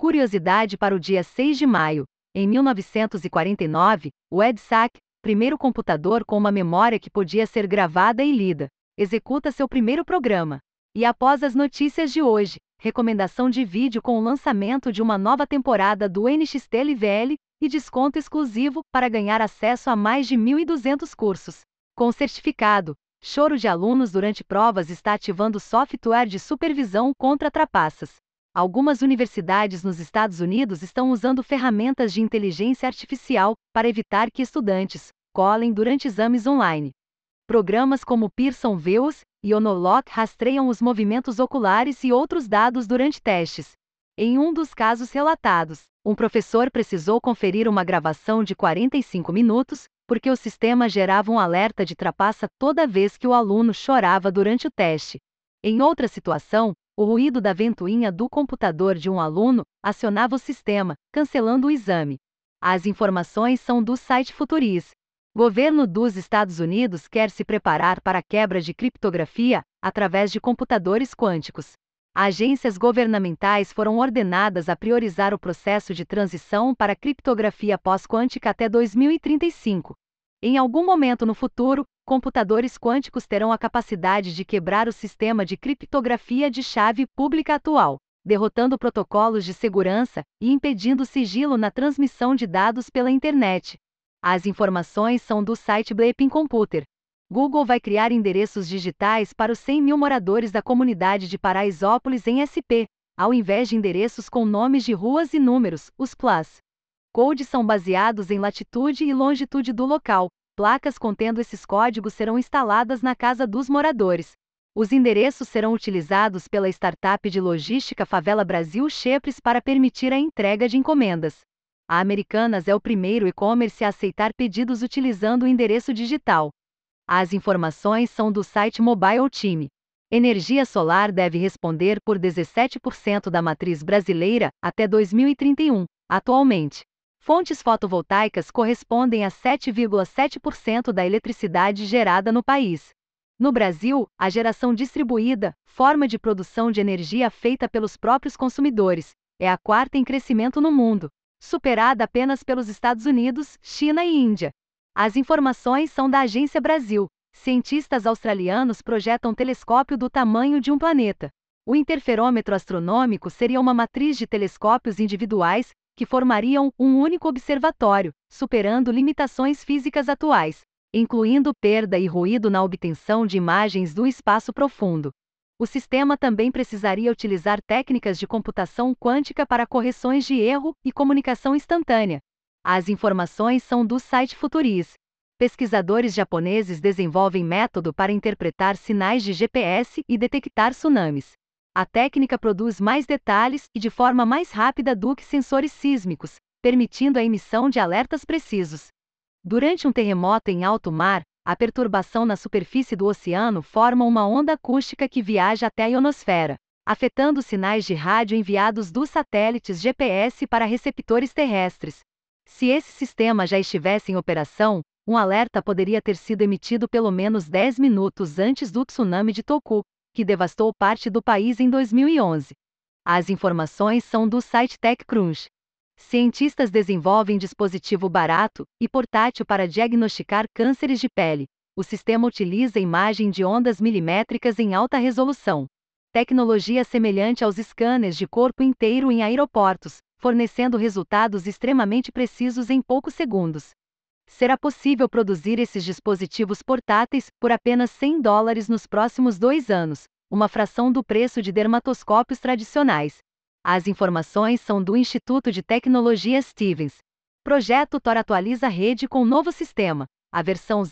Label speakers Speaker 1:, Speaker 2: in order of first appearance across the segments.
Speaker 1: Curiosidade para o dia 6 de maio. Em 1949, o EDSAC, primeiro computador com uma memória que podia ser gravada e lida, executa seu primeiro programa. E após as notícias de hoje, recomendação de vídeo com o lançamento de uma nova temporada do NXT LVL e desconto exclusivo para ganhar acesso a mais de 1.200 cursos. Com certificado, choro de alunos durante provas está ativando software de supervisão contra trapaças. Algumas universidades nos Estados Unidos estão usando ferramentas de inteligência artificial para evitar que estudantes colhem durante exames online. Programas como Pearson VUE e Onolock rastreiam os movimentos oculares e outros dados durante testes. Em um dos casos relatados, um professor precisou conferir uma gravação de 45 minutos, porque o sistema gerava um alerta de trapaça toda vez que o aluno chorava durante o teste. Em outra situação, o ruído da ventoinha do computador de um aluno acionava o sistema, cancelando o exame. As informações são do site Futuris. Governo dos Estados Unidos quer se preparar para a quebra de criptografia através de computadores quânticos. Agências governamentais foram ordenadas a priorizar o processo de transição para a criptografia pós-quântica até 2035. Em algum momento no futuro, computadores quânticos terão a capacidade de quebrar o sistema de criptografia de chave pública atual, derrotando protocolos de segurança e impedindo sigilo na transmissão de dados pela internet. As informações são do site Bleeping Computer. Google vai criar endereços digitais para os 100 mil moradores da comunidade de Paraisópolis em SP, ao invés de endereços com nomes de ruas e números, os plus. Codes são baseados em latitude e longitude do local. Placas contendo esses códigos serão instaladas na casa dos moradores. Os endereços serão utilizados pela startup de logística Favela Brasil Chepres para permitir a entrega de encomendas. A Americanas é o primeiro e-commerce a aceitar pedidos utilizando o endereço digital. As informações são do site Mobile Time. Energia solar deve responder por 17% da matriz brasileira até 2031, atualmente. Fontes fotovoltaicas correspondem a 7,7% da eletricidade gerada no país. No Brasil, a geração distribuída, forma de produção de energia feita pelos próprios consumidores, é a quarta em crescimento no mundo, superada apenas pelos Estados Unidos, China e Índia. As informações são da Agência Brasil. Cientistas australianos projetam telescópio do tamanho de um planeta. O interferômetro astronômico seria uma matriz de telescópios individuais que formariam um único observatório, superando limitações físicas atuais, incluindo perda e ruído na obtenção de imagens do espaço profundo. O sistema também precisaria utilizar técnicas de computação quântica para correções de erro e comunicação instantânea. As informações são do site Futuris. Pesquisadores japoneses desenvolvem método para interpretar sinais de GPS e detectar tsunamis. A técnica produz mais detalhes e de forma mais rápida do que sensores sísmicos, permitindo a emissão de alertas precisos. Durante um terremoto em alto mar, a perturbação na superfície do oceano forma uma onda acústica que viaja até a ionosfera, afetando os sinais de rádio enviados dos satélites GPS para receptores terrestres. Se esse sistema já estivesse em operação, um alerta poderia ter sido emitido pelo menos 10 minutos antes do tsunami de Tohoku, que devastou parte do país em 2011. As informações são do site TechCrunch. Cientistas desenvolvem dispositivo barato e portátil para diagnosticar cânceres de pele. O sistema utiliza imagem de ondas milimétricas em alta resolução. Tecnologia semelhante aos scanners de corpo inteiro em aeroportos, fornecendo resultados extremamente precisos em poucos segundos. Será possível produzir esses dispositivos portáteis por apenas $100 nos próximos 2 anos, uma fração do preço de dermatoscópios tradicionais. As informações são do Instituto de Tecnologia Stevens. Projeto Tor atualiza a rede com novo sistema. A versão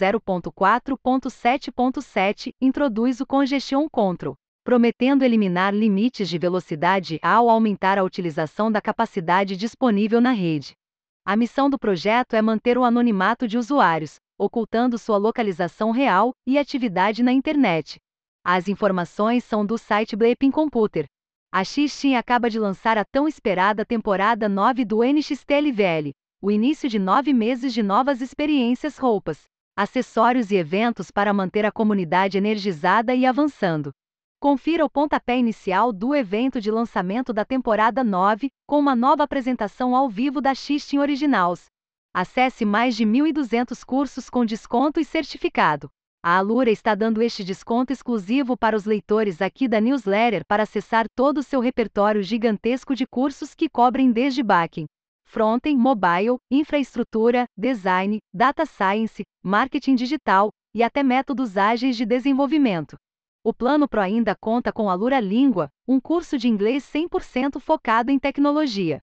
Speaker 1: 0.4.7.7 introduz o Congestion Control, prometendo eliminar limites de velocidade ao aumentar a utilização da capacidade disponível na rede. A missão do projeto é manter o anonimato de usuários, ocultando sua localização real e atividade na internet. As informações são do site Bleeping Computer. A Xteam acaba de lançar a tão esperada temporada 9 do NXT LVL, o início de 9 meses de novas experiências, roupas, acessórios e eventos para manter a comunidade energizada e avançando. Confira o pontapé inicial do evento de lançamento da temporada 9, com uma nova apresentação ao vivo da Xistin Originals. Acesse mais de 1.200 cursos com desconto e certificado. A Alura está dando este desconto exclusivo para os leitores aqui da newsletter para acessar todo o seu repertório gigantesco de cursos que cobrem desde back-end, front-end, mobile, infraestrutura, design, data science, marketing digital e até métodos ágeis de desenvolvimento. O Plano Pro ainda conta com Alura Língua, um curso de inglês 100% focado em tecnologia.